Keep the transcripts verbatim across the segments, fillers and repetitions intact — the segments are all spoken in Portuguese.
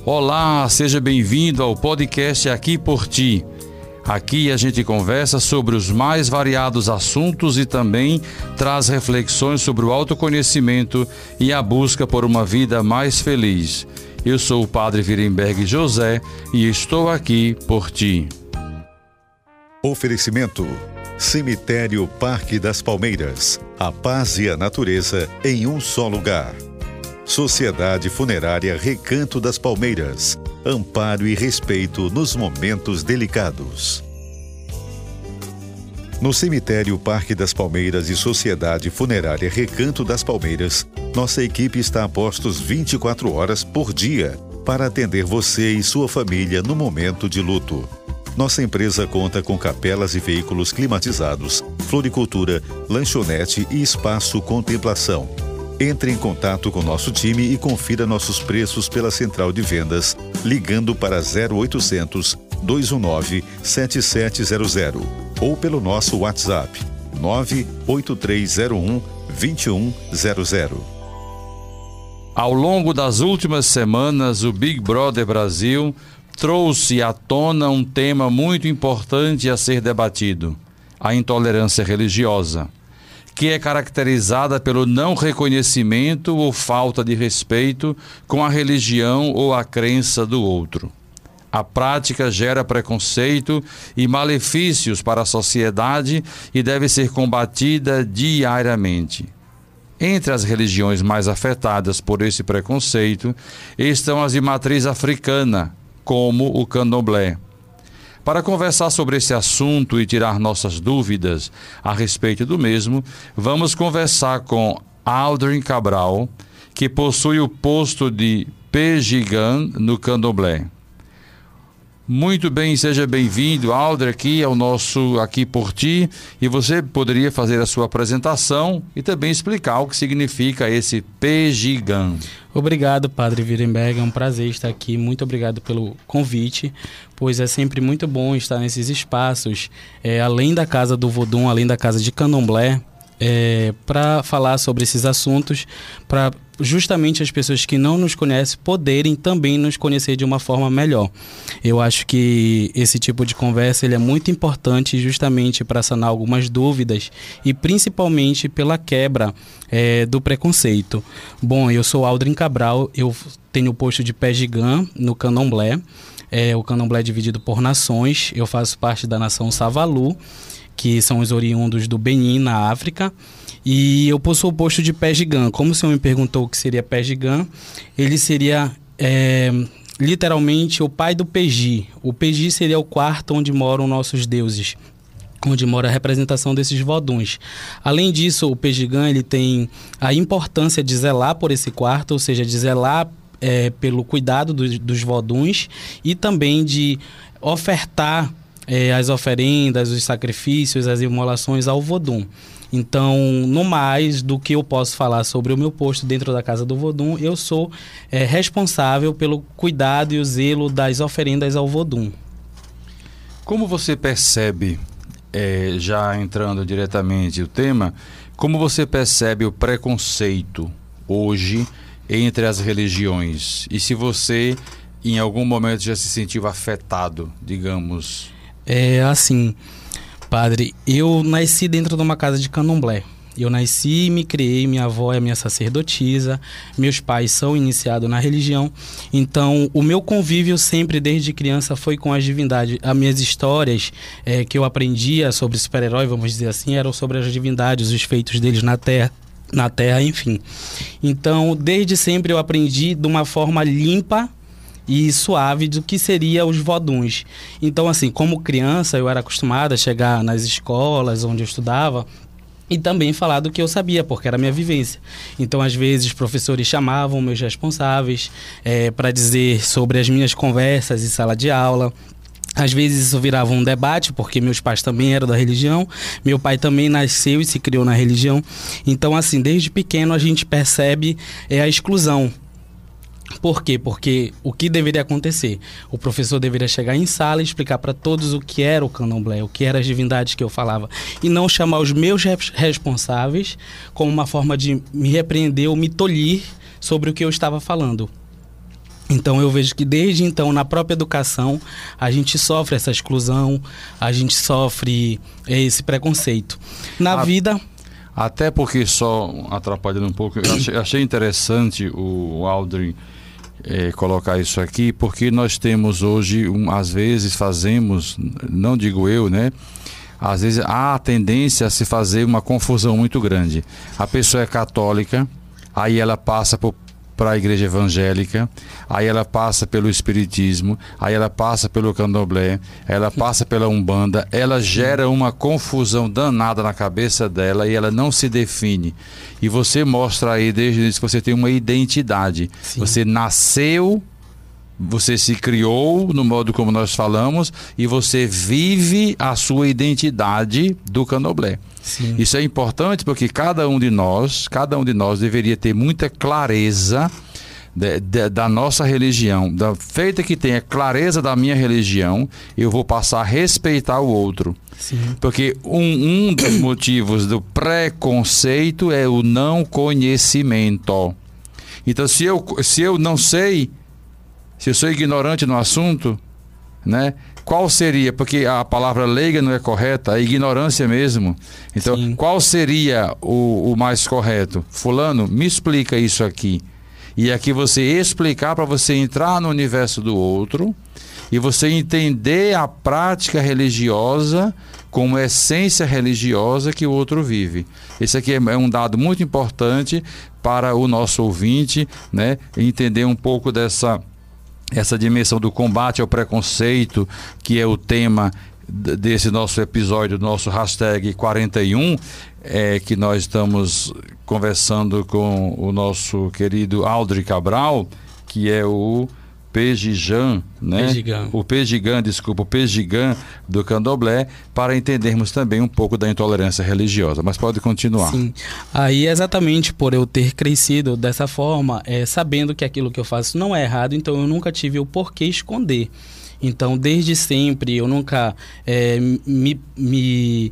Olá, seja bem-vindo ao podcast Aqui por Ti. Aqui a gente conversa sobre os mais variados assuntos e também traz reflexões sobre o autoconhecimento e a busca por uma vida mais feliz. Eu sou o Padre Virenberg José e estou aqui por ti. Oferecimento: Cemitério Parque das Palmeiras. A paz e a natureza em um só lugar. Sociedade Funerária Recanto das Palmeiras. Amparo e respeito nos momentos delicados. No Cemitério Parque das Palmeiras e Sociedade Funerária Recanto das Palmeiras, nossa equipe está a postos vinte e quatro horas por dia para atender você e sua família no momento de luto. Nossa empresa conta com capelas e veículos climatizados, floricultura, lanchonete e espaço contemplação. Entre em contato com nosso time e confira nossos preços pela central de vendas, ligando para zero oitocentos, dois um nove, sete sete zero zero ou pelo nosso WhatsApp nove oito três zero um, dois um zero zero. Ao longo das últimas semanas, o Big Brother Brasil trouxe à tona um tema muito importante a ser debatido: a intolerância religiosa, que é caracterizada pelo não reconhecimento ou falta de respeito com a religião ou a crença do outro. A prática gera preconceito e malefícios para a sociedade e deve ser combatida diariamente. Entre as religiões mais afetadas por esse preconceito estão as de matriz africana, como o candomblé. Para conversar sobre esse assunto e tirar nossas dúvidas a respeito do mesmo, vamos conversar com Aldrin Cabral, que possui o posto de Pejigan no candomblé. Muito bem, seja bem-vindo, Aldrin, aqui ao nosso Aqui por Ti, e você poderia fazer a sua apresentação e também explicar o que significa esse Pejigan. Obrigado, Padre Virenberg, é um prazer estar aqui, muito obrigado pelo convite, pois é sempre muito bom estar nesses espaços, é, além da Casa do Vodum, além da Casa de Candomblé, é, para falar sobre esses assuntos, para justamente as pessoas que não nos conhecem poderem também nos conhecer de uma forma melhor. Eu acho que esse tipo de conversa ele é muito importante justamente para sanar algumas dúvidas e principalmente pela quebra é, do preconceito. Bom, eu sou Aldrin Cabral, eu tenho o posto de Pejigan no candomblé. É, o candomblé é dividido por nações, eu faço parte da nação Savalu, que são os oriundos do Benin, na África, e eu possuo o posto de Pejigan. Como o senhor me perguntou o que seria Pejigan, ele seria é, literalmente o pai do Peji. O Peji seria o quarto onde moram nossos deuses, onde mora a representação desses voduns. Além disso, o Pejigan ele tem a importância de zelar por esse quarto, ou seja, de zelar é, pelo cuidado dos, dos voduns e também de ofertar É, as oferendas, os sacrifícios, as imolações ao Vodum. Então, no mais do que eu posso falar sobre o meu posto dentro da Casa do Vodum, eu sou é, responsável pelo cuidado e o zelo das oferendas ao Vodum. Como você percebe, é, já entrando diretamente no tema, como você percebe o preconceito hoje entre as religiões? E se você, em algum momento, já se sentiu afetado, digamos? É assim, padre, eu nasci dentro de uma casa de candomblé. Eu nasci e me criei, minha avó é minha sacerdotisa, meus pais são iniciados na religião. Então, o meu convívio sempre, desde criança, foi com as divindades. As minhas histórias é, que eu aprendia sobre super-herói, vamos dizer assim, eram sobre as divindades, os feitos deles na terra. na terra, enfim. Então, desde sempre eu aprendi de uma forma limpa e suave do que seria os voduns. Então, assim, como criança, eu era acostumada a chegar nas escolas onde eu estudava e também falar do que eu sabia, porque era a minha vivência. Então, às vezes, os professores chamavam meus responsáveis é, para dizer sobre as minhas conversas em sala de aula. Às vezes isso virava um debate, porque meus pais também eram da religião, meu pai também nasceu e se criou na religião. Então, assim, desde pequeno a gente percebe é, a exclusão. Por quê? Porque o que deveria acontecer? O professor deveria chegar em sala e explicar para todos o que era o candomblé, o que eram as divindades que eu falava, e não chamar os meus responsáveis como uma forma de me repreender ou me tolir sobre o que eu estava falando. Então eu vejo que desde então, na própria educação, a gente sofre essa exclusão, a gente sofre esse preconceito. Na a, vida... Até porque, só atrapalhando um pouco, eu achei, achei interessante o Aldrin é, colocar isso aqui, porque nós temos hoje, um, às vezes fazemos, não digo eu, né? Às vezes há a tendência a se fazer uma confusão muito grande. A pessoa é católica, aí ela passa por para a igreja evangélica, aí ela passa pelo espiritismo, aí ela passa pelo candomblé, ela passa pela umbanda, ela gera uma confusão danada na cabeça dela e ela não se define. E você mostra aí desde isso que você tem uma identidade. Sim. Você nasceu, você se criou no modo como nós falamos e você vive a sua identidade do candomblé. Sim. Isso é importante porque cada um de nós, cada um de nós deveria ter muita clareza de, de, da nossa religião. Da, feita que tenha clareza da minha religião, eu vou passar a respeitar o outro. Sim. Porque um, um dos motivos do preconceito é o não conhecimento. Então, se eu, se eu não sei, se eu sou ignorante no assunto, né? Qual seria, porque a palavra leiga não é correta, a ignorância mesmo. Então, sim, qual seria o, o mais correto? Fulano, me explica isso aqui. E aqui você explicar para você entrar no universo do outro e você entender a prática religiosa como essência religiosa que o outro vive. Esse aqui é um dado muito importante para o nosso ouvinte, né? Entender um pouco dessa... essa dimensão do combate ao preconceito, que é o tema desse nosso episódio, do nosso hashtag quarenta e um, é, que nós estamos conversando com o nosso querido Aldrin Cabral, que é o Pejigan, né? Pejigan. O Pejigan, desculpa, o Pejigan do candomblé, para entendermos também um pouco da intolerância religiosa. Mas pode continuar. Sim. Aí, exatamente por eu ter crescido dessa forma, é, sabendo que aquilo que eu faço não é errado, então eu nunca tive o porquê esconder. Então, desde sempre, eu nunca é, me... me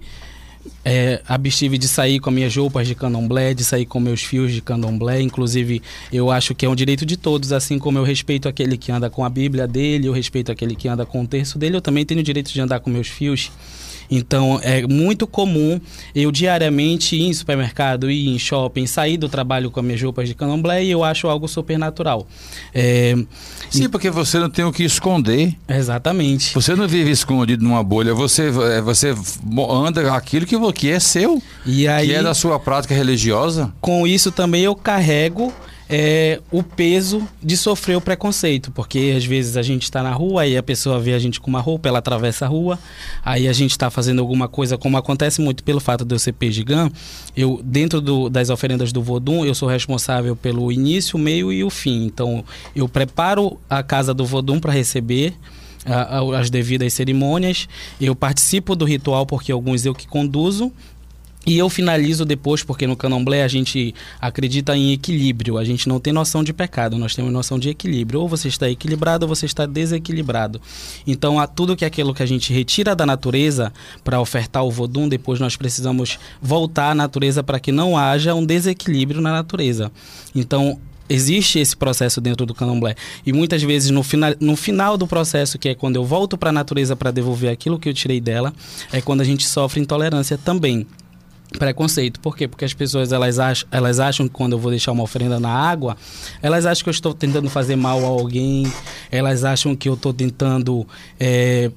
É, abstive de sair com as minhas roupas de candomblé, de sair com meus fios de candomblé. Inclusive, eu acho que é um direito de todos, assim como eu respeito aquele que anda com a Bíblia dele, eu respeito aquele que anda com o terço dele, eu também tenho o direito de andar com meus fios. Então, é muito comum eu diariamente ir em supermercado, ir em shopping, sair do trabalho com as minhas roupas de candomblé, e eu acho algo super natural. É... Sim, porque você não tem o que esconder. Exatamente. Você não vive escondido numa bolha, você, você anda aquilo que, que é seu, e aí, que é da sua prática religiosa. Com isso também eu carrego É, o peso de sofrer o preconceito, porque às vezes a gente está na rua e a pessoa vê a gente com uma roupa, ela atravessa a rua, aí a gente está fazendo alguma coisa, como acontece muito pelo fato de eu ser Pejigan. Eu, dentro do, das oferendas do Vodun, eu sou responsável pelo início, o meio e o fim. Então eu preparo a casa do Vodun para receber a, a, as devidas cerimônias, eu participo do ritual porque alguns eu que conduzo, e eu finalizo depois, porque no candomblé a gente acredita em equilíbrio, a gente não tem noção de pecado, nós temos noção de equilíbrio. Ou você está equilibrado ou você está desequilibrado. Então, a tudo que é aquilo que a gente retira da natureza para ofertar o Vodun, depois nós precisamos voltar à natureza para que não haja um desequilíbrio na natureza. Então, existe esse processo dentro do candomblé. E muitas vezes no final, no final do processo, que é quando eu volto para a natureza para devolver aquilo que eu tirei dela, é quando a gente sofre intolerância também. Preconceito. Por quê? Porque as pessoas elas acham, elas acham que quando eu vou deixar uma oferenda na água, elas acham que eu estou tentando fazer mal a alguém, elas acham que eu estou tentando... É,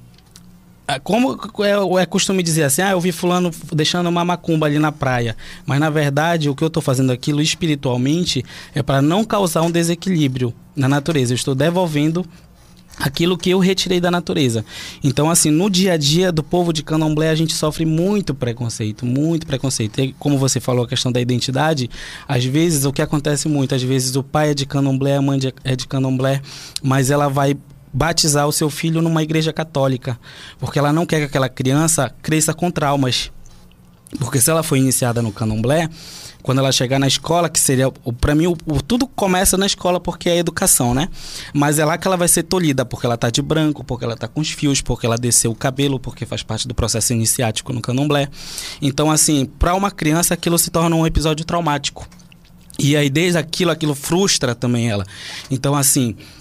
como é, é costume dizer assim, ah, eu vi fulano deixando uma macumba ali na praia. Mas na verdade o que eu estou fazendo aquilo espiritualmente é para não causar um desequilíbrio na natureza. Eu estou devolvendo aquilo que eu retirei da natureza. Então, assim, no dia a dia do povo de candomblé, a gente sofre muito preconceito, muito preconceito. E como você falou, a questão da identidade, às vezes, o que acontece muito, às vezes o pai é de candomblé, a mãe é de candomblé, mas ela vai batizar o seu filho numa igreja católica, porque ela não quer que aquela criança cresça com traumas. Porque se ela foi iniciada no candomblé, quando ela chegar na escola, que seria, para mim, o, o, tudo começa na escola porque é a educação, né? Mas é lá que ela vai ser tolhida, porque ela tá de branco, porque ela tá com os fios, porque ela desceu o cabelo, porque faz parte do processo iniciático no candomblé. Então, assim, para uma criança aquilo se torna um episódio traumático. E aí, desde aquilo, aquilo frustra também ela. Então, assim...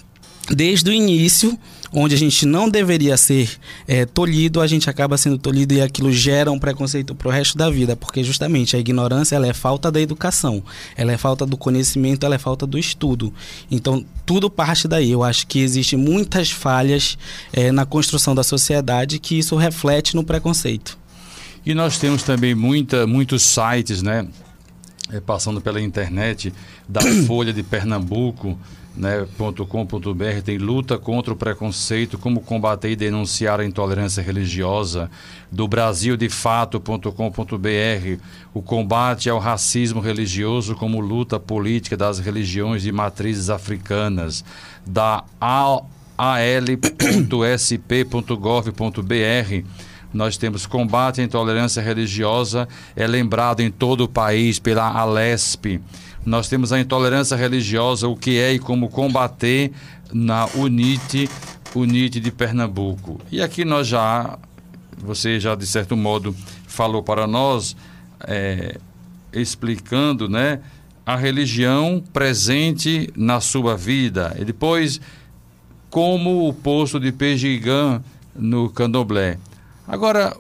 desde o início, onde a gente não deveria ser é, tolhido, a gente acaba sendo tolhido e aquilo gera um preconceito para o resto da vida, porque justamente a ignorância ela é falta da educação, ela é falta do conhecimento, ela é falta do estudo. Então, tudo parte daí. Eu acho que existem muitas falhas é, na construção da sociedade que isso reflete no preconceito. E nós temos também muita, muitos sites, né, é, passando pela internet, da Folha de Pernambuco, né, .com.br, tem luta contra o preconceito, como combater e denunciar a intolerância religiosa, do Brasil de Fato.com.br, o combate ao racismo religioso como luta política das religiões de matrizes africanas, da A L ponto S P ponto gov ponto B R. Nós temos combate à intolerância religiosa, é lembrado em todo o país pela Alesp. Nós temos a intolerância religiosa, o que é e como combater, na UNIT, UNIT de Pernambuco. E aqui nós já, você já de certo modo falou para nós, é, explicando, né, a religião presente na sua vida. E depois, como o poço de Pejigã no Candomblé. Agora,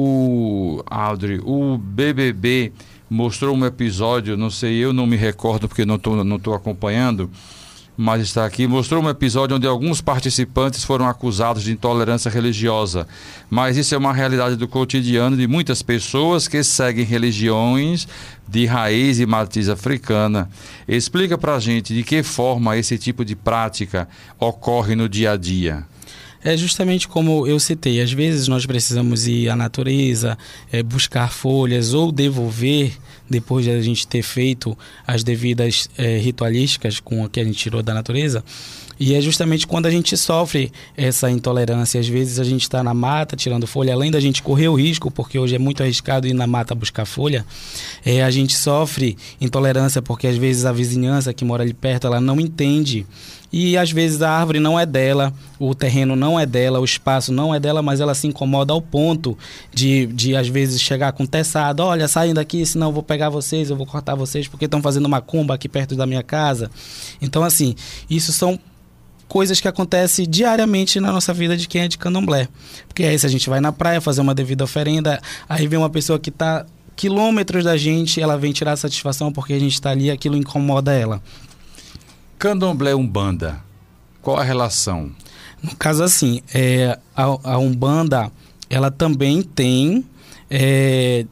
o Audrey, o B B B mostrou um episódio, não sei, eu não me recordo porque não estou não tô acompanhando, mas está aqui, mostrou um episódio onde alguns participantes foram acusados de intolerância religiosa. Mas isso é uma realidade do cotidiano de muitas pessoas que seguem religiões de raiz e matriz africana. Explica para a gente de que forma esse tipo de prática ocorre no dia a dia. É justamente como eu citei, às vezes nós precisamos ir à natureza, é, buscar folhas ou devolver, depois de a gente ter feito as devidas é, ritualísticas com o que a gente tirou da natureza. E é justamente quando a gente sofre essa intolerância. Às vezes a gente está na mata tirando folha, além da gente correr o risco, porque hoje é muito arriscado ir na mata buscar folha, é, a gente sofre intolerância porque às vezes a vizinhança que mora ali perto, ela não entende. E às vezes a árvore não é dela, o terreno não é dela, o espaço não é dela, mas ela se incomoda ao ponto de, de às vezes chegar com teçado, olha, saem daqui, senão eu vou pegar vocês, eu vou cortar vocês, porque estão fazendo macumba aqui perto da minha casa. Então, assim, isso são coisas que acontecem diariamente na nossa vida de quem é de candomblé. Porque aí se a gente vai na praia fazer uma devida oferenda, aí vem uma pessoa que está quilômetros da gente, ela vem tirar satisfação porque a gente está ali e aquilo incomoda ela. Candomblé Umbanda, qual a relação? No caso assim, é, a, a Umbanda, ela também tem é,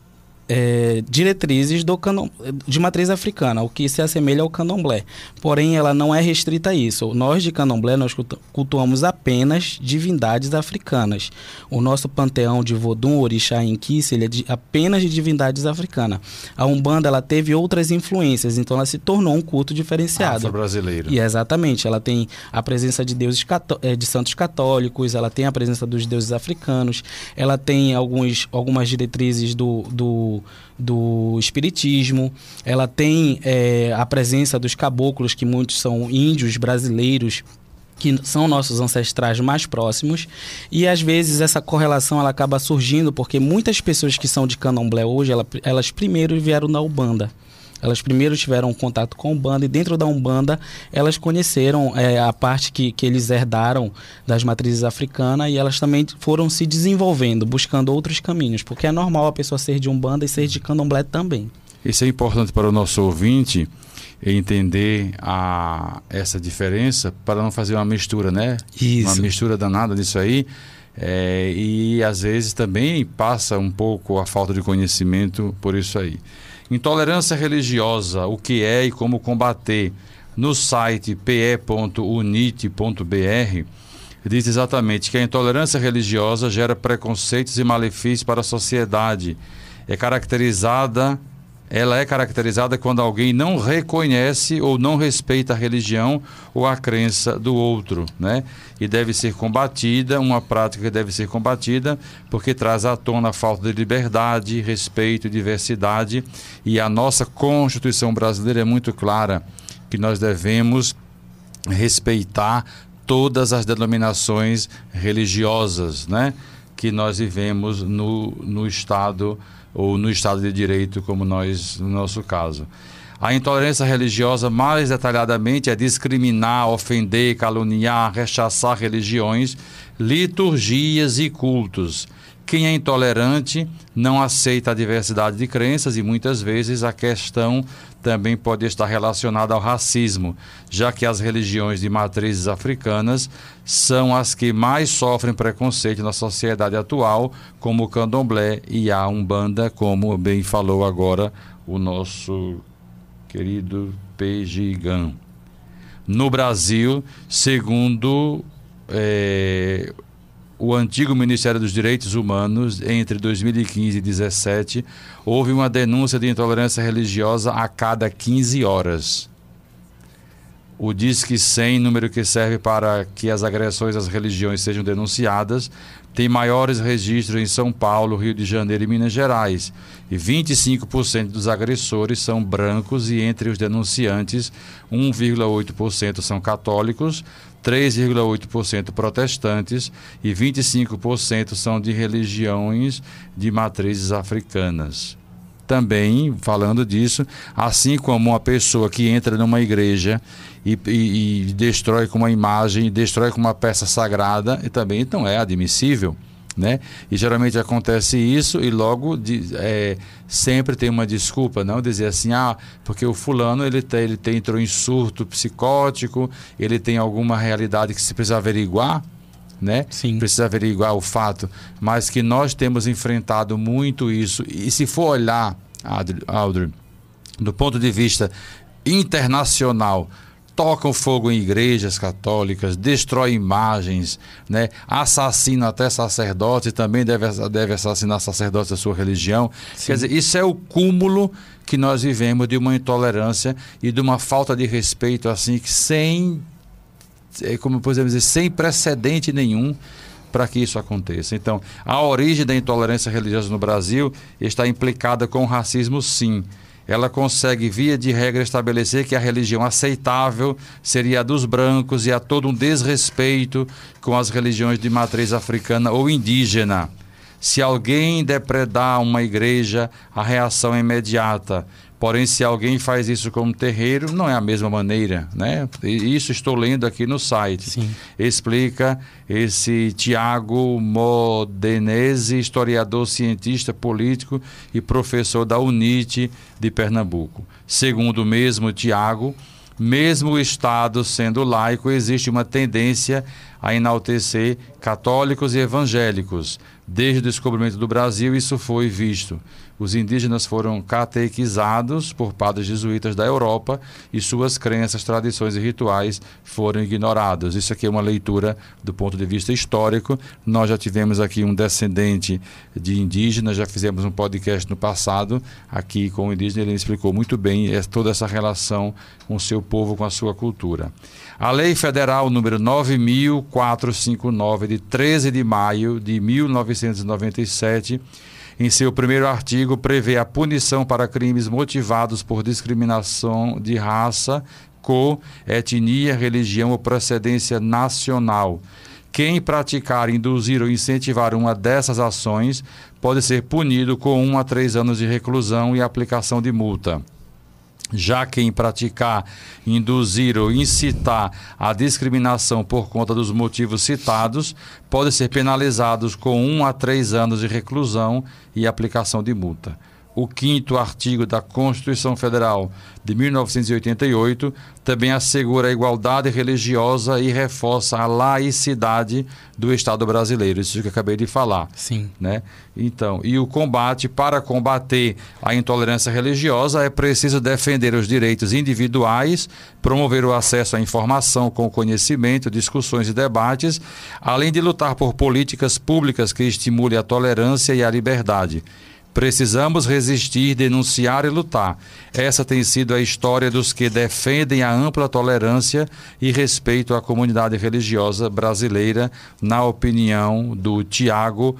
é, diretrizes do candom, de matriz africana, o que se assemelha ao candomblé. Porém, ela não é restrita a isso. Nós de candomblé, nós cultuamos apenas divindades africanas. O nosso panteão de Vodun, Orixá e Inquice, ele é de, apenas de divindades africanas. A Umbanda, ela teve outras influências, então ela se tornou um culto diferenciado. Afro-brasileiro. E exatamente, ela tem a presença de deuses cató- de santos católicos, ela tem a presença dos deuses africanos, ela tem alguns, algumas diretrizes do, do do espiritismo, ela tem é, a presença dos caboclos, que muitos são índios brasileiros, que são nossos ancestrais mais próximos, e às vezes essa correlação ela acaba surgindo porque muitas pessoas que são de candomblé hoje, ela, elas primeiro vieram na Umbanda. Elas primeiro tiveram contato com a Umbanda e dentro da Umbanda elas conheceram é, a parte que, que eles herdaram das matrizes africanas e elas também foram se desenvolvendo, buscando outros caminhos, porque é normal a pessoa ser de Umbanda e ser de Candomblé também. Isso é importante para o nosso ouvinte entender a, essa diferença para não fazer uma mistura, né? Isso. Uma mistura danada disso aí. É, e às vezes também passa um pouco a falta de conhecimento por isso aí. Intolerância religiosa, o que é e como combater. No site p e ponto unite ponto b r diz exatamente que a intolerância religiosa gera preconceitos e malefícios para a sociedade. É caracterizada, ela é caracterizada quando alguém não reconhece ou não respeita a religião ou a crença do outro, né? E deve ser combatida, uma prática que deve ser combatida porque traz à tona a falta de liberdade, respeito e diversidade. E a nossa Constituição brasileira é muito clara que nós devemos respeitar todas as denominações religiosas, né? Que nós vivemos no, no Estado ou no Estado de Direito, como nós, no nosso caso. A intolerância religiosa, mais detalhadamente, é discriminar, ofender, caluniar, rechaçar religiões, liturgias e cultos. Quem é intolerante não aceita a diversidade de crenças e muitas vezes a questão também pode estar relacionada ao racismo, já que as religiões de matrizes africanas são as que mais sofrem preconceito na sociedade atual, como o candomblé e a umbanda, como bem falou agora o nosso querido Pejigan. No Brasil, segundo é, o antigo Ministério dos Direitos Humanos, entre dois mil e quinze e dois mil e dezessete, houve uma denúncia de intolerância religiosa a cada quinze horas. O Disque cem, número que serve para que as agressões às religiões sejam denunciadas, tem maiores registros em São Paulo, Rio de Janeiro e Minas Gerais. E vinte e cinco por cento dos agressores são brancos e entre os denunciantes, um vírgula oito por cento são católicos, três vírgula oito por cento protestantes e vinte e cinco por cento são de religiões de matrizes africanas. Também, falando disso, assim como uma pessoa que entra numa igreja e, e, e destrói com uma imagem, destrói com uma peça sagrada, e também não é admissível, né? E geralmente acontece isso e logo de, é, sempre tem uma desculpa, não dizer assim, ah, porque o fulano ele, tem, ele tem, entrou em surto psicótico, ele tem alguma realidade que se precisa averiguar, né? Sim. Precisa averiguar o fato, mas que nós temos enfrentado muito isso. E se for olhar, Audrey, do ponto de vista internacional, tocam fogo em igrejas católicas, destrói imagens, né? Assassinam até sacerdotes, e também deve, deve assassinar sacerdotes da sua religião. Sim. Quer dizer, isso é o cúmulo que nós vivemos de uma intolerância e de uma falta de respeito assim, que sem como podemos dizer, sem precedente nenhum para que isso aconteça. Então, a origem da intolerância religiosa no Brasil está implicada com o racismo, sim. Ela consegue, via de regra, estabelecer que a religião aceitável seria a dos brancos e há todo um desrespeito com as religiões de matriz africana ou indígena. Se alguém depredar uma igreja, a reação é imediata. Porém, se alguém faz isso como terreiro, não é a mesma maneira, né? Isso estou lendo aqui no site. Sim. Explica esse Tiago Modenese, historiador, cientista, político e professor da UNIT de Pernambuco. Segundo o mesmo Tiago, mesmo o Estado sendo laico, existe uma tendência a enaltecer católicos e evangélicos. Desde o descobrimento do Brasil, isso foi visto. Os indígenas foram catequizados por padres jesuítas da Europa e suas crenças, tradições e rituais foram ignorados. Isso aqui é uma leitura do ponto de vista histórico. Nós já tivemos aqui um descendente de indígenas, já fizemos um podcast no passado aqui com o indígena, ele explicou muito bem toda essa relação com o seu povo, com a sua cultura. A Lei Federal número nove mil quatrocentos e cinquenta e nove, de treze de maio de mil novecentos e noventa e sete, em seu primeiro artigo, prevê a punição para crimes motivados por discriminação de raça, cor, etnia, religião ou procedência nacional. Quem praticar, induzir ou incentivar uma dessas ações pode ser punido com um a três anos de reclusão e aplicação de multa. Já quem praticar, induzir ou incitar a discriminação por conta dos motivos citados, pode ser penalizados com um a três anos de reclusão e aplicação de multa. O quinto artigo da Constituição Federal de mil novecentos e oitenta e oito também assegura a igualdade religiosa e reforça a laicidade do Estado brasileiro. Isso que eu acabei de falar. Sim. Né? Então, e o combate, para combater a intolerância religiosa, é preciso defender os direitos individuais, promover o acesso à informação com conhecimento, discussões e debates, além de lutar por políticas públicas que estimulem a tolerância e a liberdade. Precisamos resistir, denunciar e lutar. Essa tem sido a história dos que defendem a ampla tolerância e respeito à comunidade religiosa brasileira, na opinião do Tiago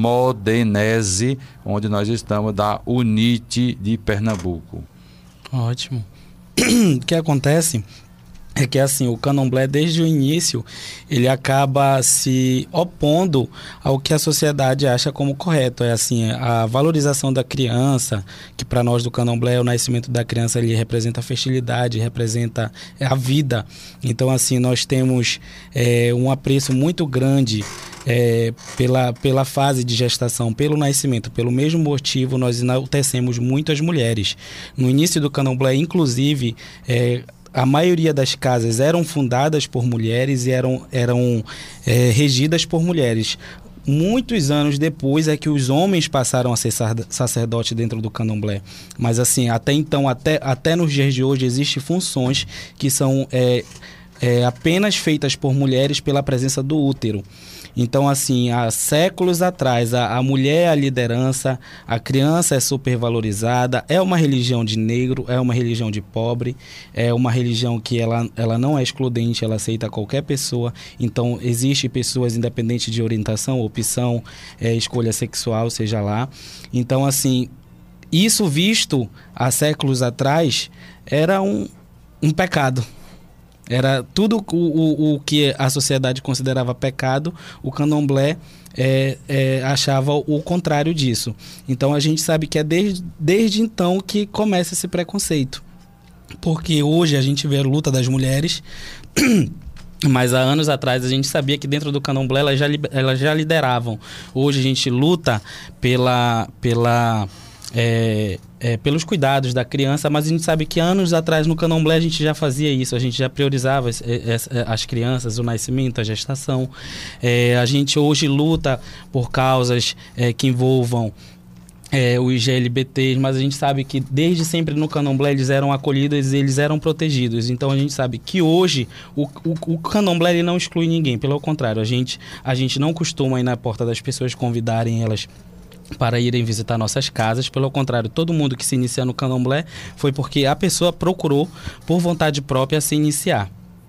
Modenese, onde nós estamos, da UNIT de Pernambuco. Ótimo. O que acontece é que assim, o candomblé desde o início, ele acaba se opondo ao que a sociedade acha como correto. É assim, a valorização da criança, que para nós do candomblé, o nascimento da criança, ele representa a fertilidade, representa a vida. Então assim, nós temos é, um apreço muito grande é, pela, pela fase de gestação, pelo nascimento. Pelo mesmo motivo, nós enaltecemos muito as mulheres. No início do candomblé, inclusive, é, a maioria das casas eram fundadas por mulheres e eram, eram é, regidas por mulheres. Muitos anos depois é que os homens passaram a ser sacerdote dentro do candomblé. Mas assim, até então, até, até nos dias de hoje, existem funções que são é, é, apenas feitas por mulheres pela presença do útero. Então, assim, há séculos atrás, a, a mulher é a liderança, a criança é supervalorizada, é uma religião de negro, é uma religião de pobre, é uma religião que ela, ela não é excludente, ela aceita qualquer pessoa. Então, existem pessoas independentes de orientação, opção, é, escolha sexual, seja lá. Então, assim, isso visto há séculos atrás era um, um pecado. Era tudo o, o, o que a sociedade considerava pecado, o candomblé é, é, achava o contrário disso. Então a gente sabe que é desde, desde então que começa esse preconceito. Porque hoje a gente vê a luta das mulheres, mas há anos atrás a gente sabia que dentro do candomblé elas já, elas já lideravam. Hoje a gente luta pela... pela é, É, pelos cuidados da criança, mas a gente sabe que anos atrás no candomblé a gente já fazia isso, a gente já priorizava as, as, as crianças, o nascimento, a gestação. É, a gente hoje luta por causas é, que envolvam é, os L G B T, mas a gente sabe que desde sempre no candomblé eles eram acolhidos e eles eram protegidos. Então a gente sabe que hoje o, o, o candomblé ele não exclui ninguém, pelo contrário, a gente, a gente não costuma ir na porta das pessoas convidarem elas para irem visitar nossas casas. Pelo contrário, todo mundo que se inicia no candomblé foi porque a pessoa procurou por vontade própria se iniciar.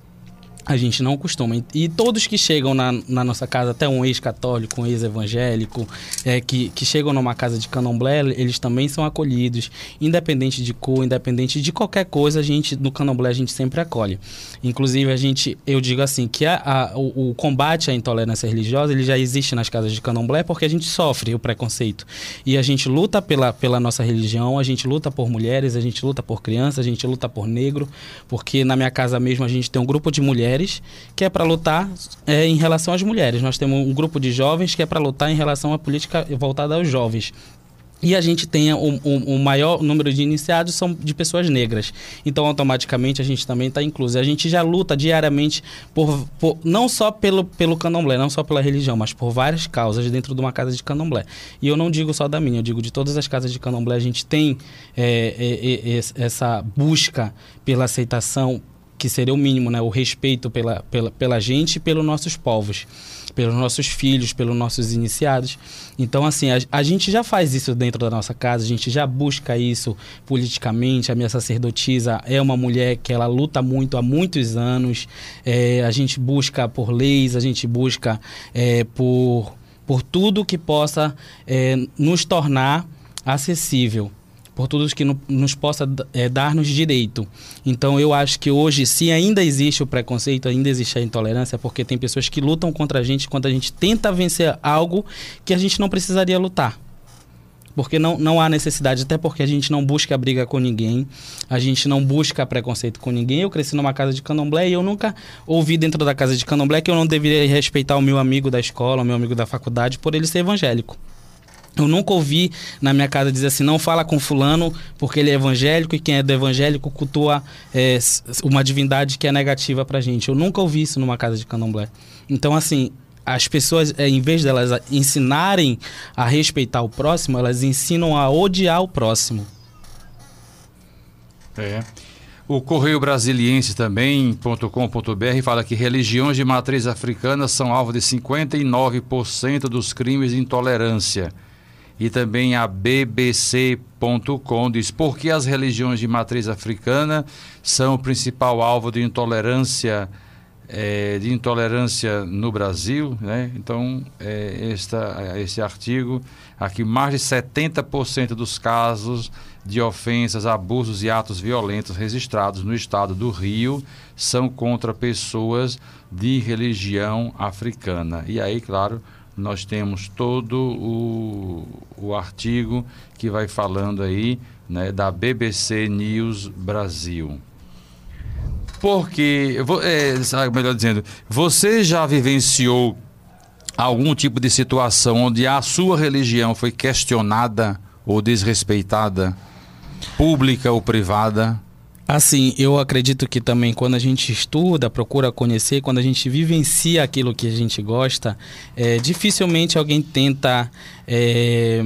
A gente não costuma. E todos que chegam na, na nossa casa, até um ex-católico, um ex-evangélico, é, que, que chegam numa casa de candomblé, eles também são acolhidos, independente de cor, independente de qualquer coisa, a gente, no candomblé, a gente sempre acolhe. Inclusive, a gente, eu digo assim, que a, a, o, o combate à intolerância religiosa, ele já existe nas casas de candomblé porque a gente sofre o preconceito. E a gente luta pela, pela nossa religião, a gente luta por mulheres, a gente luta por crianças, a gente luta por negro, porque na minha casa mesmo a gente tem um grupo de mulheres que é para lutar é, em relação às mulheres. Nós temos um grupo de jovens que é para lutar em relação à política voltada aos jovens. E a gente tem o, o, o maior número de iniciados são de pessoas negras. Então, automaticamente, a gente também está incluso. A gente já luta diariamente, por, por, não só pelo, pelo candomblé, não só pela religião, mas por várias causas dentro de uma casa de candomblé. E eu não digo só da minha, eu digo de todas as casas de candomblé. A gente tem é, é, é, essa busca pela aceitação, que seria o mínimo, né? O respeito pela, pela, pela gente e pelos nossos povos, pelos nossos filhos, pelos nossos iniciados. Então, assim, a, a gente já faz isso dentro da nossa casa, a gente já busca isso politicamente. A minha sacerdotisa é uma mulher que ela luta muito há muitos anos. É, a gente busca por leis, a gente busca é, por, por tudo que possa é, nos tornar acessível, por tudo que no, nos possa é, dar-nos direito. Então, eu acho que hoje, se ainda existe o preconceito, ainda existe a intolerância, porque tem pessoas que lutam contra a gente quando a gente tenta vencer algo que a gente não precisaria lutar. Porque não, não há necessidade, até porque a gente não busca briga com ninguém, a gente não busca preconceito com ninguém. Eu cresci numa casa de candomblé e eu nunca ouvi dentro da casa de candomblé que eu não deveria respeitar o meu amigo da escola, o meu amigo da faculdade, por ele ser evangélico. Eu nunca ouvi na minha casa dizer assim, não fala com fulano porque ele é evangélico e quem é do evangélico cultua é, uma divindade que é negativa pra gente. Eu nunca ouvi isso numa casa de candomblé. Então, assim, as pessoas, é, em vez delas ensinarem a respeitar o próximo, elas ensinam a odiar o próximo. É. O Correio Brasiliense também, ponto com ponto b r, fala que religiões de matriz africana são alvo de cinquenta e nove por cento dos crimes de intolerância. E também a B B C ponto com diz por que as religiões de matriz africana são o principal alvo de intolerância é, de intolerância no Brasil, né? Então, é, esta, esse artigo, aqui mais de setenta por cento dos casos de ofensas, abusos e atos violentos registrados no estado do Rio são contra pessoas de religião africana. E aí, claro, nós temos todo o, o artigo que vai falando aí, né, da B B C News Brasil. Porque, é, melhor dizendo, você já vivenciou algum tipo de situação onde a sua religião foi questionada ou desrespeitada, pública ou privada? Assim, eu acredito que também quando a gente estuda, procura conhecer, quando a gente vivencia aquilo que a gente gosta, é, dificilmente alguém tenta é,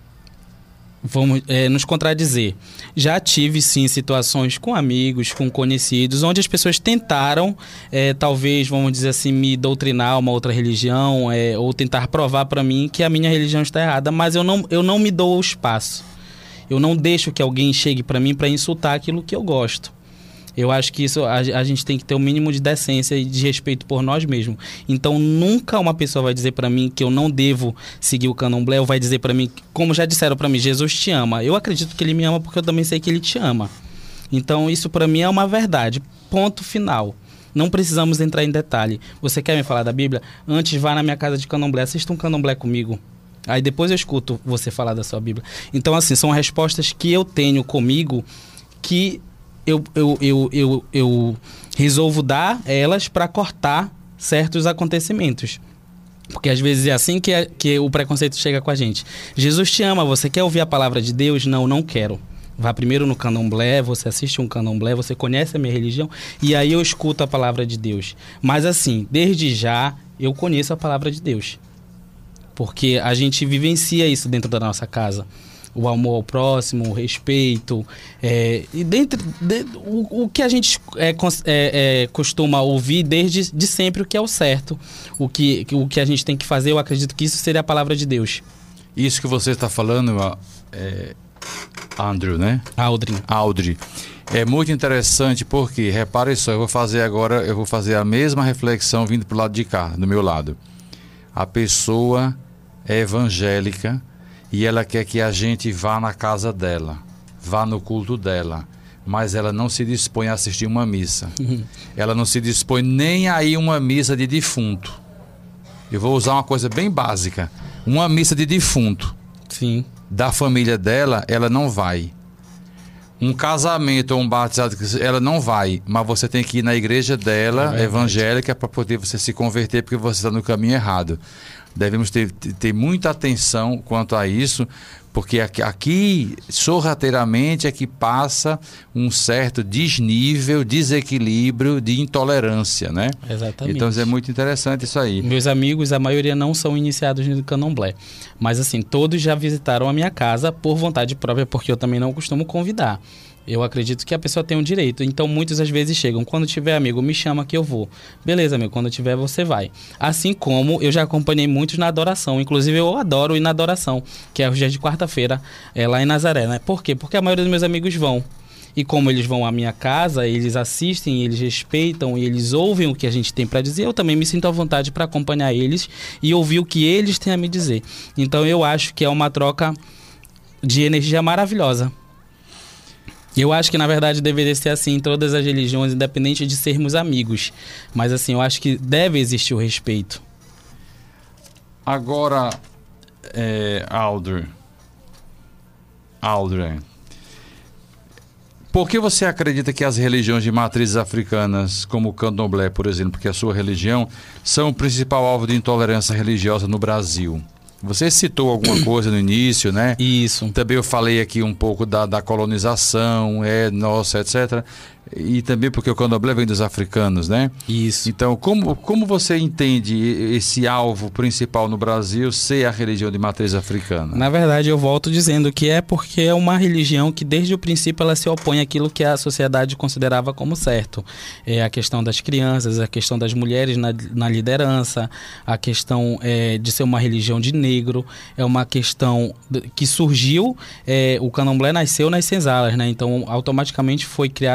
vamos, é, nos contradizer. Já tive, sim, situações com amigos, com conhecidos, onde as pessoas tentaram, é, talvez, vamos dizer assim, me doutrinar uma outra religião, é, ou tentar provar para mim que a minha religião está errada, mas eu não, eu não me dou o espaço. Eu não deixo que alguém chegue para mim para insultar aquilo que eu gosto. Eu acho que isso a, a gente tem que ter o um mínimo de decência e de respeito por nós mesmos. Então, nunca uma pessoa vai dizer para mim que eu não devo seguir o candomblé, ou vai dizer para mim, como já disseram para mim, Jesus te ama. Eu acredito que ele me ama porque eu também sei que ele te ama. Então, isso para mim é uma verdade. Ponto final. Não precisamos entrar em detalhe. Você quer me falar da Bíblia? Antes, vá na minha casa de candomblé, assista um candomblé comigo. Aí depois eu escuto você falar da sua Bíblia. Então, assim, são respostas que eu tenho comigo que eu, eu, eu, eu, eu resolvo dar elas para cortar certos acontecimentos. Porque às vezes é assim que, é, que o preconceito chega com a gente. Jesus te ama, você quer ouvir a palavra de Deus? Não, não quero. Vá primeiro no candomblé, você assiste um candomblé, você conhece a minha religião, e aí eu escuto a palavra de Deus. Mas assim, desde já, eu conheço a palavra de Deus. Porque a gente vivencia isso dentro da nossa casa. O amor ao próximo, o respeito. É, e dentro de, o, o que a gente é, é, é, costuma ouvir desde de sempre, o que é o certo. O que, o que a gente tem que fazer, eu acredito que isso seria a palavra de Deus. Isso que você está falando, é, Andrew, né? Aldrin. Aldrin. É muito interessante porque, repare só, eu vou fazer agora, eu vou fazer a mesma reflexão vindo para o lado de cá, do meu lado. A pessoa é evangélica e ela quer que a gente vá na casa dela, vá no culto dela, mas ela não se dispõe a assistir uma missa. Uhum. Ela não se dispõe nem a ir uma missa de defunto. Eu vou usar uma coisa bem básica. Uma missa de defunto. Sim. Da família dela, ela não vai. Um casamento ou um batizado, ela não vai, mas você tem que ir na igreja dela, é evangélica, para poder você se converter, porque você está no caminho errado. Devemos ter, ter muita atenção quanto a isso, porque aqui, aqui sorrateiramente é que passa um certo desnível, desequilíbrio de intolerância, né? Exatamente. Então é muito interessante isso aí. Meus amigos, a maioria não são iniciados no candomblé, mas assim, todos já visitaram a minha casa por vontade própria, porque eu também não costumo convidar. Eu acredito que a pessoa tem um direito. Então, muitas às vezes chegam. Quando tiver, amigo, me chama que eu vou. Beleza, amigo. Quando tiver, você vai. Assim como eu já acompanhei muitos na adoração. Inclusive, eu adoro ir na adoração, que é os dias de quarta-feira, é, lá em Nazaré, né? Por quê? Porque a maioria dos meus amigos vão. E como eles vão à minha casa, eles assistem, eles respeitam e eles ouvem o que a gente tem para dizer, eu também me sinto à vontade para acompanhar eles e ouvir o que eles têm a me dizer. Então, eu acho que é uma troca de energia maravilhosa. Eu acho que, na verdade, deveria ser assim em todas as religiões, independente de sermos amigos. Mas, assim, eu acho que deve existir o respeito. Agora, é, Aldrin, Aldrin, por que você acredita que as religiões de matrizes africanas, como o candomblé, por exemplo, que é a sua religião, são o principal alvo de intolerância religiosa no Brasil? Você citou alguma coisa no início, né? Isso. Também eu falei aqui um pouco da, da colonização, é nossa, etcétera. E também porque o candomblé vem dos africanos, né? Isso. Então, como, como você entende esse alvo principal no Brasil ser a religião de matriz africana? Na verdade, eu volto dizendo que é porque é uma religião que desde o princípio ela se opõe àquilo que a sociedade considerava como certo. É a questão das crianças, a questão das mulheres na, na liderança, a questão é, de ser uma religião de negro, é uma questão que surgiu, é, o candomblé nasceu nas senzalas, né? Então, automaticamente foi criado pelos negros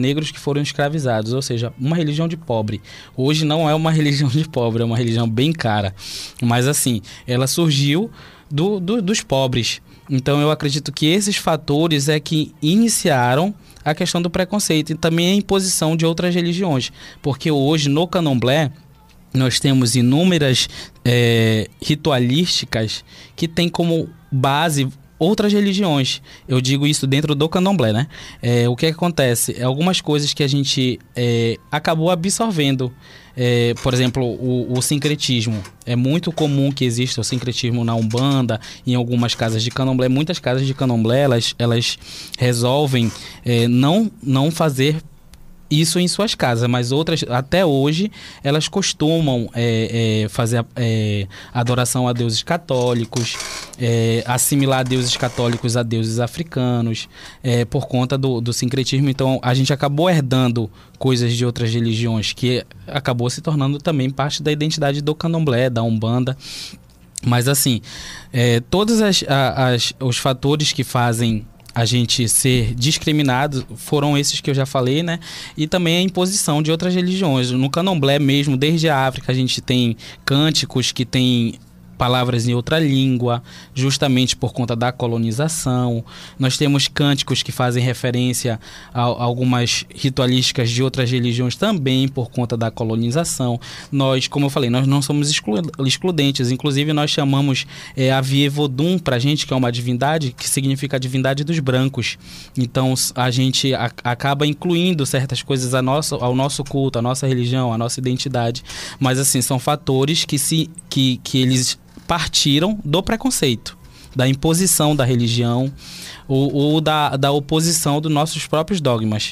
negros que foram escravizados, ou seja, uma religião de pobre. Hoje não é uma religião de pobre, é uma religião bem cara. Mas assim, ela surgiu do, do, dos pobres. Então eu acredito que esses fatores é que iniciaram a questão do preconceito e também a imposição de outras religiões. Porque hoje no Candomblé nós temos inúmeras é, ritualísticas que têm como base outras religiões. Eu digo isso dentro do Candomblé, né? É, o que, é que acontece? Algumas coisas que a gente é, acabou absorvendo. É, por exemplo, o, o sincretismo. É muito comum que exista o sincretismo na Umbanda, em algumas casas de Candomblé. Muitas casas de Candomblé, elas, elas resolvem é, não, não fazer isso em suas casas, mas outras, até hoje, elas costumam é, é, fazer é, adoração a deuses católicos, é, assimilar deuses católicos a deuses africanos, é, por conta do, do sincretismo. Então, a gente acabou herdando coisas de outras religiões, que acabou se tornando também parte da identidade do Candomblé, da Umbanda. Mas, assim, é, todos as, as, os fatores que fazem a gente ser discriminado foram esses que eu já falei, né? E também a imposição de outras religiões. No Candomblé mesmo, desde a África, a gente tem cânticos que têm palavras em outra língua, justamente por conta da colonização. Nós temos cânticos que fazem referência a, a algumas ritualísticas de outras religiões também por conta da colonização. Nós, como eu falei, nós não somos exclu, excludentes. Inclusive, nós chamamos é, a Vievodum pra gente, que é uma divindade, que significa a divindade dos brancos. Então, a gente a, acaba incluindo certas coisas a nosso, ao nosso culto, à nossa religião, à nossa identidade. Mas, assim, são fatores que, se, que, que eles partiram do preconceito, da imposição da religião ou, ou da, da oposição dos nossos próprios dogmas.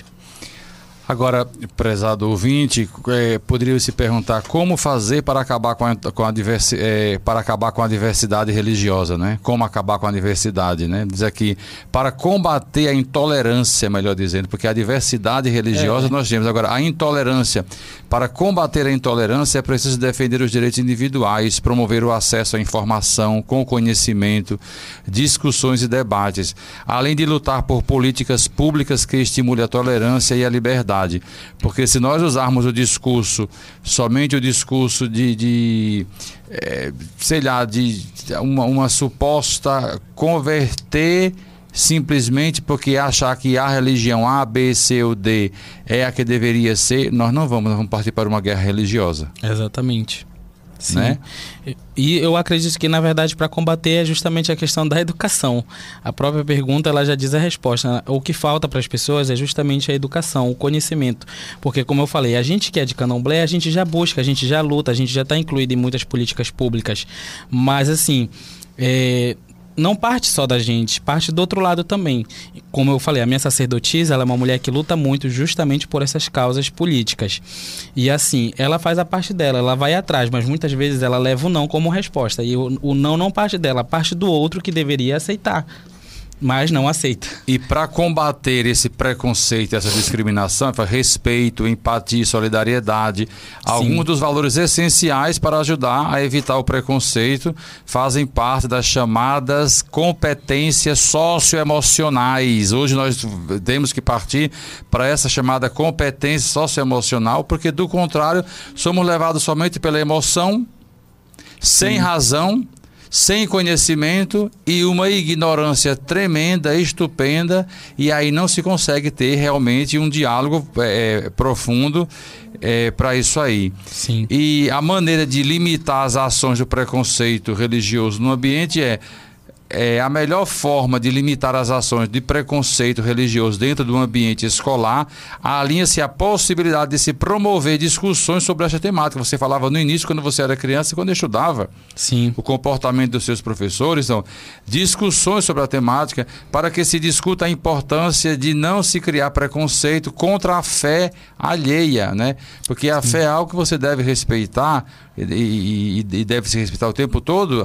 Agora, prezado ouvinte, é, poderia se perguntar como fazer para acabar com a, com a, diversi, é, para acabar com a diversidade religiosa, né? Como acabar com a diversidade, né? Diz aqui, para combater a intolerância, melhor dizendo, porque a diversidade religiosa é. nós temos. Agora, a intolerância, para combater a intolerância é preciso defender os direitos individuais, promover o acesso à informação com conhecimento, discussões e debates, além de lutar por políticas públicas que estimulem a tolerância e a liberdade. Porque se nós usarmos o discurso, somente o discurso de, de é, sei lá, de uma, uma suposta converter simplesmente porque achar que a religião A, B, C ou D é a que deveria ser, nós não vamos, nós vamos partir para uma guerra religiosa. Exatamente. Sim. Né? E eu acredito que, na verdade, para combater é justamente a questão da educação. A própria pergunta, ela já diz a resposta. O que falta para as pessoas é justamente a educação, o conhecimento. Porque, como eu falei, a gente que é de Candomblé, a gente já busca, a gente já luta, a gente já está incluído em muitas políticas públicas. Mas, assim, é... não parte só da gente, parte do outro lado também. Como eu falei, a minha sacerdotisa, ela é uma mulher que luta muito justamente por essas causas políticas. E assim, ela faz a parte dela, ela vai atrás, mas muitas vezes ela leva o não como resposta. E o, o não não parte dela, parte do outro que deveria aceitar, mas não aceita. E para combater esse preconceito, essa discriminação, respeito, empatia, solidariedade, sim, alguns dos valores essenciais para ajudar a evitar o preconceito fazem parte das chamadas competências socioemocionais. Hoje nós temos que partir para essa chamada competência socioemocional, porque do contrário, somos levados somente pela emoção, sem sim. razão, sem conhecimento e uma ignorância tremenda, estupenda, e aí não se consegue ter realmente um diálogo é, profundo é, para isso aí. Sim. E a maneira de limitar as ações do preconceito religioso no ambiente é É, a melhor forma de limitar as ações de preconceito religioso dentro do ambiente escolar, alinha-se a possibilidade de se promover discussões sobre essa temática. Você falava no início, quando você era criança e quando estudava. Sim. O comportamento dos seus professores. Então, discussões sobre a temática para que se discuta a importância de não se criar preconceito contra a fé alheia, né? Porque a Sim. fé é algo que você deve respeitar e, e, e deve se respeitar o tempo todo,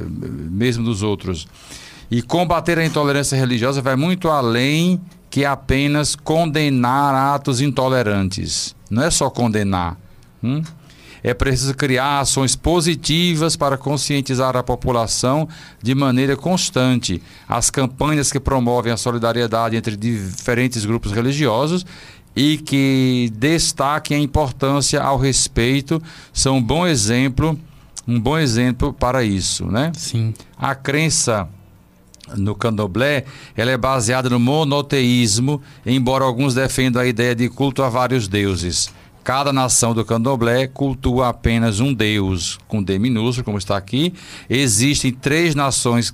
mesmo dos outros. E combater a intolerância religiosa vai muito além que apenas condenar atos intolerantes. Não é só condenar. Hum? É preciso criar ações positivas para conscientizar a população de maneira constante. As campanhas que promovem a solidariedade entre diferentes grupos religiosos e que destaquem a importância ao respeito, são um bom exemplo, um bom exemplo para isso, né? Sim. A crença no candomblé, ela é baseada no monoteísmo, embora alguns defendam a ideia de culto a vários deuses. Cada nação do candomblé cultua apenas um deus, com D minúsculo, como está aqui. Existem três nações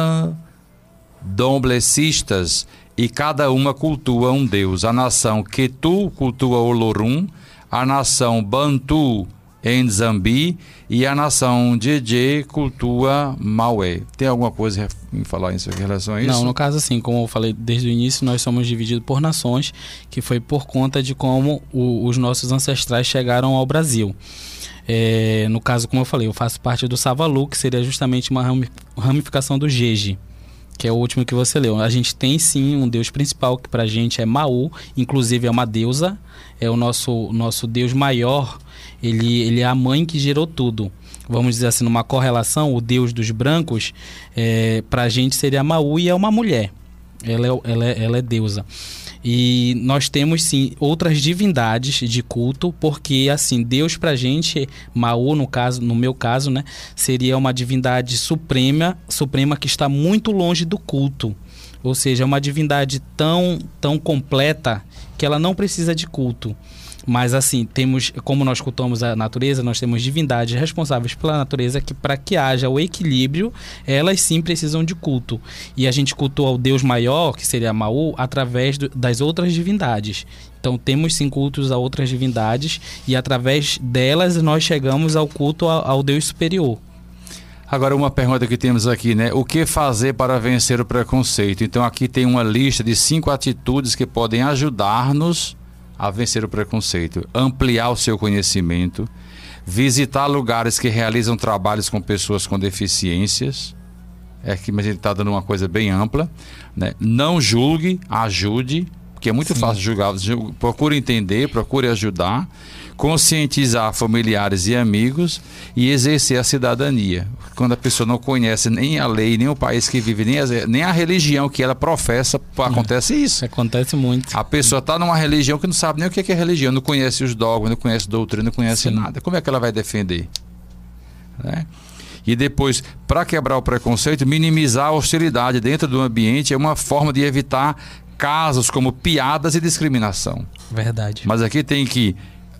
candomblecistas e cada uma cultua um deus. A nação Ketu cultua Olorum, a nação Bantu Nzambi e a nação Jeje cultua Maué. Tem alguma coisa em falar isso em relação a isso? Não, no caso assim, como eu falei desde o início, nós somos divididos por nações, que foi por conta de como o, os nossos ancestrais chegaram ao Brasil. É, no caso, como eu falei, eu faço parte do Savalu, que seria justamente uma ramificação do Jeje, que é o último que você leu. A gente tem sim um deus principal, que pra gente é Maú, inclusive é uma deusa, é o nosso, nosso deus maior. Ele, ele é a mãe que gerou tudo. Vamos dizer assim, numa correlação, o deus dos brancos, é, pra gente seria Maú e é uma mulher. Ela é, ela é, ela é deusa. E nós temos sim outras divindades de culto, porque assim, Deus pra gente, Maú no caso, no meu caso, né, seria uma divindade suprema, suprema que está muito longe do culto. Ou seja, é uma divindade tão, tão completa que ela não precisa de culto. Mas assim, temos, como nós cultuamos a natureza, nós temos divindades responsáveis pela natureza que, para que haja o equilíbrio, elas sim precisam de culto. E a gente cultua o Deus maior, que seria Maú, através do, das outras divindades. Então temos sim cultos a outras divindades e através delas nós chegamos ao culto ao, ao Deus superior. Agora, uma pergunta que temos aqui, né? O que fazer para vencer o preconceito? Então aqui tem uma lista de cinco atitudes que podem ajudar-nos a vencer o preconceito: ampliar o seu conhecimento, visitar lugares que realizam trabalhos com pessoas com deficiências. É que, mas ele está dando uma coisa bem ampla, né? Não julgue, ajude, porque é muito Sim. fácil julgar. Procure entender, procure ajudar, conscientizar familiares e amigos e exercer a cidadania. Quando a pessoa não conhece nem a lei, nem o país que vive, nem a, nem a religião que ela professa, acontece isso. Acontece muito. A pessoa está numa religião que não sabe nem o que é religião, não conhece os dogmas, não conhece doutrina, não conhece Sim. nada. Como é que ela vai defender? Né? E depois, para quebrar o preconceito, minimizar a hostilidade dentro do ambiente é uma forma de evitar casos como piadas e discriminação. Verdade. Mas aqui tem que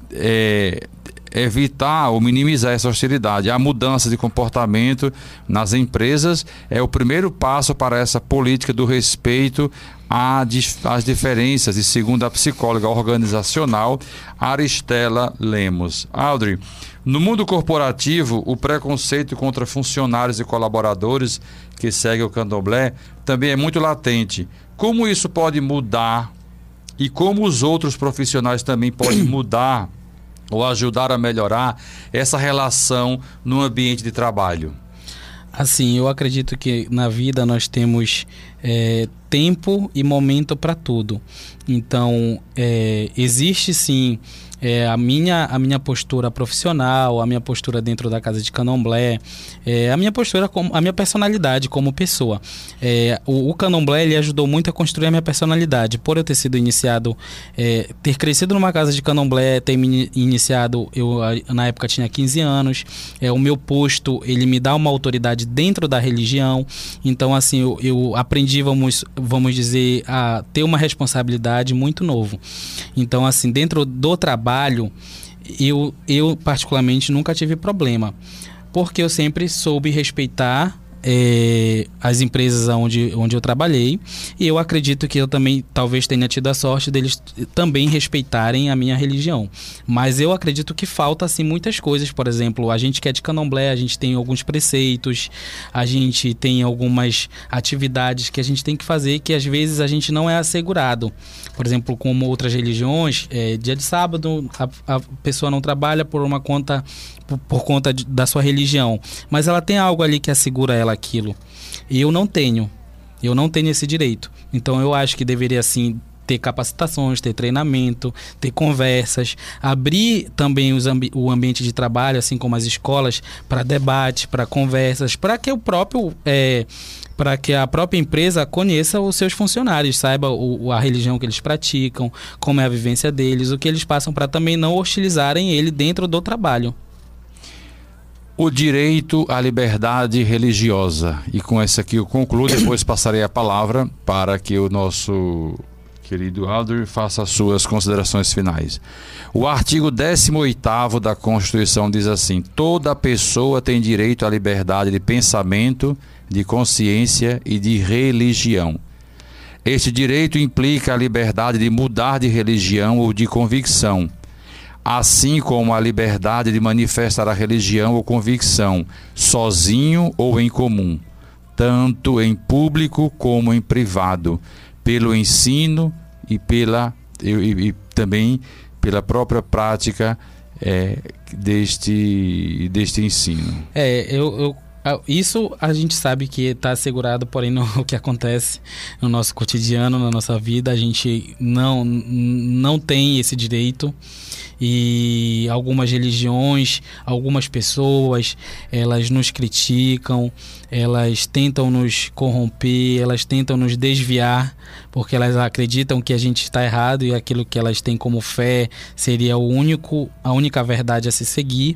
é, evitar ou minimizar essa hostilidade. A mudança de comportamento nas empresas é o primeiro passo para essa política do respeito às diferenças, e segundo a psicóloga organizacional Aristela Lemos. Audrey, no mundo corporativo, o preconceito contra funcionários e colaboradores que seguem o candomblé também é muito latente. Como isso pode mudar e como os outros profissionais também podem mudar ou ajudar a melhorar essa relação no ambiente de trabalho? Assim, eu acredito que na vida nós temos é, tempo e momento para tudo. Então, é, existe sim é, a, minha, a minha postura profissional, a minha postura dentro da casa de candomblé, é, a minha postura, como, a minha personalidade como pessoa. É, o, o candomblé ele ajudou muito a construir a minha personalidade. Por eu ter sido iniciado, é, ter crescido numa casa de candomblé, ter me iniciado, eu na época tinha quinze anos, é, o meu posto, ele me dá uma autoridade dentro da religião. Então, assim, eu, eu aprendi, vamos, vamos dizer, a ter uma responsabilidade muito novo. Então, assim, dentro do trabalho, eu, eu particularmente nunca tive problema, porque eu sempre soube respeitar é, as empresas onde, onde eu trabalhei, e eu acredito que eu também talvez tenha tido a sorte deles também respeitarem a minha religião. Mas eu acredito que falta assim muitas coisas. Por exemplo, a gente que é de candomblé, a gente tem alguns preceitos, a gente tem algumas atividades que a gente tem que fazer que às vezes a gente não é assegurado. Por exemplo, como outras religiões, é, dia de sábado a, a pessoa não trabalha por uma conta por, por conta de, da sua religião, mas ela tem algo ali que assegura ela aquilo. E eu não tenho. Eu não tenho esse direito. Então eu acho que deveria, assim, ter capacitações, ter treinamento, ter conversas, abrir também os ambi- o ambiente de trabalho, assim como as escolas, para debate, para conversas, para que o próprio... É, para que a própria empresa conheça os seus funcionários, saiba o, a religião que eles praticam, como é a vivência deles, o que eles passam, para também não hostilizarem ele dentro do trabalho. O direito à liberdade religiosa. E com essa aqui eu concluo, depois passarei a palavra para que o nosso querido Alder faça as suas considerações finais. O artigo décimo oitavo da Constituição diz assim: toda pessoa tem direito à liberdade de pensamento, de consciência e de religião. Este direito implica a liberdade de mudar de religião ou de convicção, assim como a liberdade de manifestar a religião ou convicção, sozinho ou em comum, tanto em público como em privado, pelo ensino e, pela, e, e também pela própria prática é, deste, deste ensino. É, eu... eu... Isso a gente sabe que está assegurado, porém no que acontece no nosso cotidiano, na nossa vida, a gente não, não tem esse direito. E algumas religiões, algumas pessoas, elas nos criticam, elas tentam nos corromper, elas tentam nos desviar, porque elas acreditam que a gente está errado e aquilo que elas têm como fé seria o único, a única verdade a se seguir.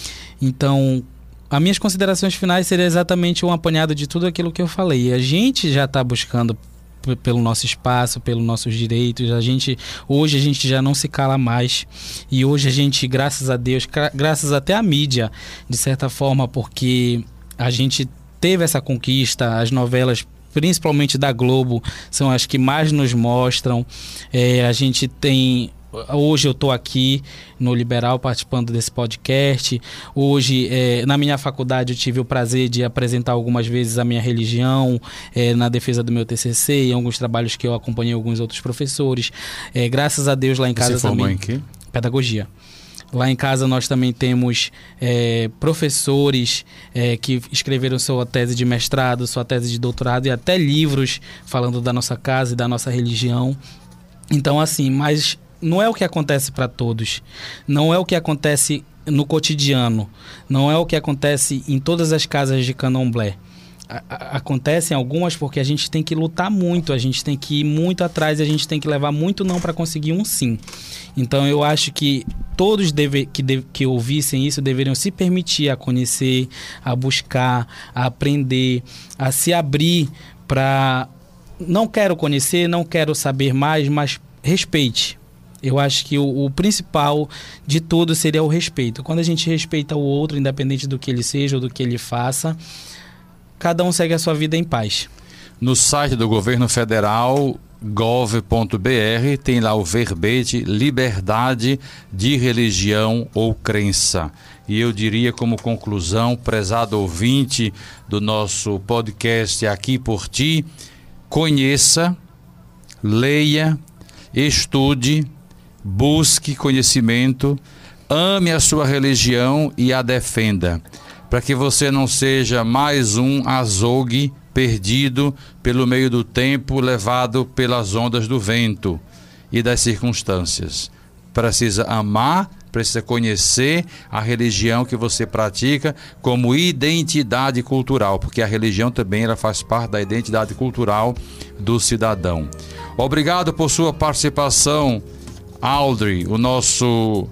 Então, as minhas considerações finais seriam exatamente um apanhado de tudo aquilo que eu falei. A gente já está buscando p- pelo nosso espaço, pelos nossos direitos. A gente, hoje a gente já não se cala mais. E hoje a gente, graças a Deus, gra- graças até à mídia, de certa forma, porque a gente teve essa conquista, as novelas, principalmente da Globo, são as que mais nos mostram. É, a gente tem... Hoje eu estou aqui no Liberal participando desse podcast. Hoje, é, na minha faculdade, eu tive o prazer de apresentar algumas vezes a minha religião é, na defesa do meu T C C e em alguns trabalhos que eu acompanhei alguns outros professores. É, graças a Deus, lá em casa Você formou também... em quê? Pedagogia. Lá em casa nós também temos é, professores é, que escreveram sua tese de mestrado, sua tese de doutorado e até livros falando da nossa casa e da nossa religião. Então, assim, mas... não é o que acontece para todos, não é o que acontece no cotidiano, não é o que acontece em todas as casas de candomblé. A- a- acontecem algumas porque a gente tem que lutar muito, a gente tem que ir muito atrás, a gente tem que levar muito não para conseguir um sim. Então eu acho que todos deve, que, deve, que ouvissem isso deveriam se permitir a conhecer, a buscar, a aprender, a se abrir para... Não quero conhecer, não quero saber mais, mas respeite. Eu acho que o, o principal de tudo seria o respeito. Quando a gente respeita o outro, independente do que ele seja ou do que ele faça, cada um segue a sua vida em paz. No site do governo federal, gov ponto br, tem lá o verbete liberdade de religião ou crença. E eu diria como conclusão, prezado ouvinte do nosso podcast Aqui por Ti, conheça, leia, estude, busque conhecimento, ame a sua religião e a defenda, para que você não seja mais um azogue perdido pelo meio do tempo, levado pelas ondas do vento e das circunstâncias. Precisa amar, precisa conhecer a religião que você pratica como identidade cultural, porque a religião também ela faz parte da identidade cultural do cidadão. Obrigado por sua participação, Aldri, o nosso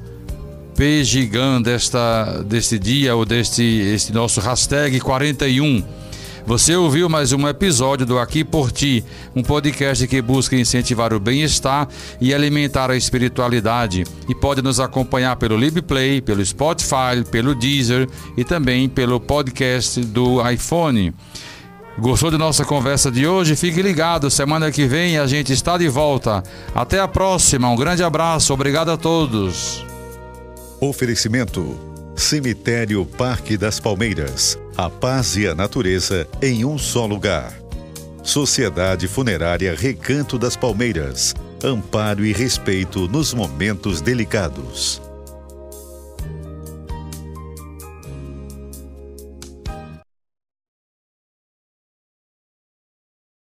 Pejigan desta, deste dia, ou deste este nosso hashtag quarenta e um. Você ouviu mais um episódio do Aqui por Ti, um podcast que busca incentivar o bem-estar e alimentar a espiritualidade. E pode nos acompanhar pelo LibPlay, pelo Spotify, pelo Deezer e também pelo podcast do iPhone. Gostou de nossa conversa de hoje? Fique ligado, semana que vem a gente está de volta. Até a próxima, um grande abraço, obrigado a todos. Oferecimento: Cemitério Parque das Palmeiras. A paz e a natureza em um só lugar. Sociedade Funerária Recanto das Palmeiras. Amparo e respeito nos momentos delicados.